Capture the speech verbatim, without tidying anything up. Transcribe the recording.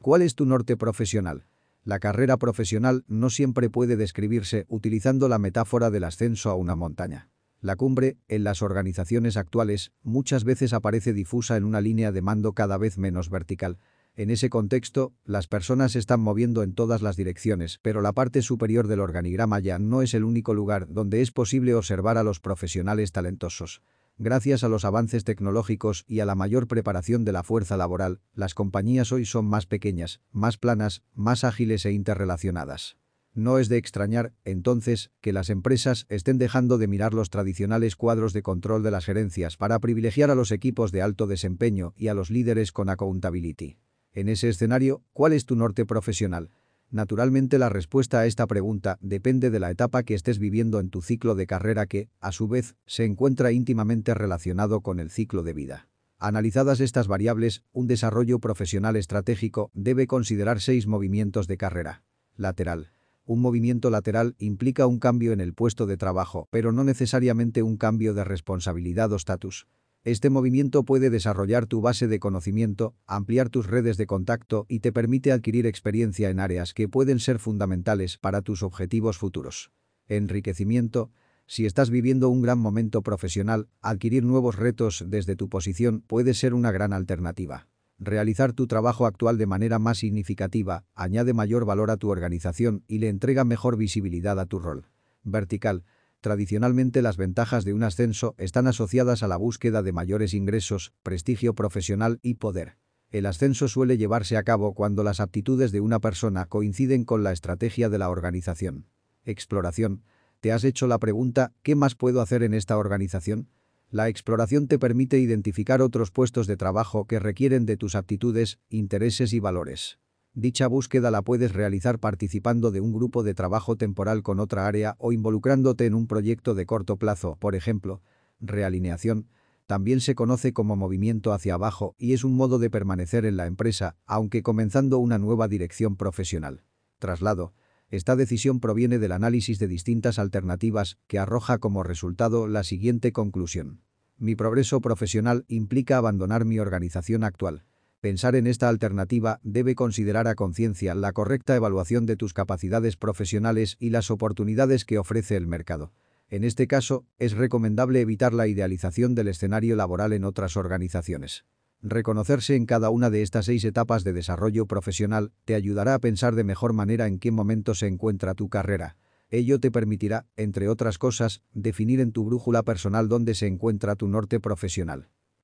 ¿Cuál es tu norte profesional? La carrera profesional no siempre puede describirse utilizando la metáfora del ascenso a una montaña. La cumbre, en las organizaciones actuales, muchas veces aparece difusa en una línea de mando cada vez menos vertical. En ese contexto, las personas se están moviendo en todas las direcciones, pero la parte superior del organigrama ya no es el único lugar donde es posible observar a los profesionales talentosos. Gracias a los avances tecnológicos y a la mayor preparación de la fuerza laboral, las compañías hoy son más pequeñas, más planas, más ágiles e interrelacionadas. No es de extrañar, entonces, que las empresas estén dejando de mirar los tradicionales cuadros de control de las gerencias para privilegiar a los equipos de alto desempeño y a los líderes con accountability. En ese escenario, ¿cuál es tu norte profesional? Naturalmente la respuesta a esta pregunta depende de la etapa que estés viviendo en tu ciclo de carrera que, a su vez, se encuentra íntimamente relacionado con el ciclo de vida. Analizadas estas variables, un desarrollo profesional estratégico debe considerar seis movimientos de carrera. Lateral. Un movimiento lateral implica un cambio en el puesto de trabajo, pero no necesariamente un cambio de responsabilidad o estatus. Este movimiento puede desarrollar tu base de conocimiento, ampliar tus redes de contacto y te permite adquirir experiencia en áreas que pueden ser fundamentales para tus objetivos futuros. Enriquecimiento. Si estás viviendo un gran momento profesional, adquirir nuevos retos desde tu posición puede ser una gran alternativa. Realizar tu trabajo actual de manera más significativa añade mayor valor a tu organización y le entrega mejor visibilidad a tu rol. Vertical. Tradicionalmente las ventajas de un ascenso están asociadas a la búsqueda de mayores ingresos, prestigio profesional y poder. El ascenso suele llevarse a cabo cuando las aptitudes de una persona coinciden con la estrategia de la organización. Exploración. ¿Te has hecho la pregunta, ¿qué más puedo hacer en esta organización? La exploración te permite identificar otros puestos de trabajo que requieren de tus aptitudes, intereses y valores. Dicha búsqueda la puedes realizar participando de un grupo de trabajo temporal con otra área o involucrándote en un proyecto de corto plazo, por ejemplo. Realineación. También se conoce como movimiento hacia abajo y es un modo de permanecer en la empresa, aunque comenzando una nueva dirección profesional. Traslado. Esta decisión proviene del análisis de distintas alternativas que arroja como resultado la siguiente conclusión. Mi progreso profesional implica abandonar mi organización actual. Pensar en esta alternativa debe considerar a conciencia la correcta evaluación de tus capacidades profesionales y las oportunidades que ofrece el mercado. En este caso, es recomendable evitar la idealización del escenario laboral en otras organizaciones. Reconocerse en cada una de estas seis etapas de desarrollo profesional te ayudará a pensar de mejor manera en qué momento se encuentra tu carrera. Ello te permitirá, entre otras cosas, definir en tu brújula personal dónde se encuentra tu norte profesional.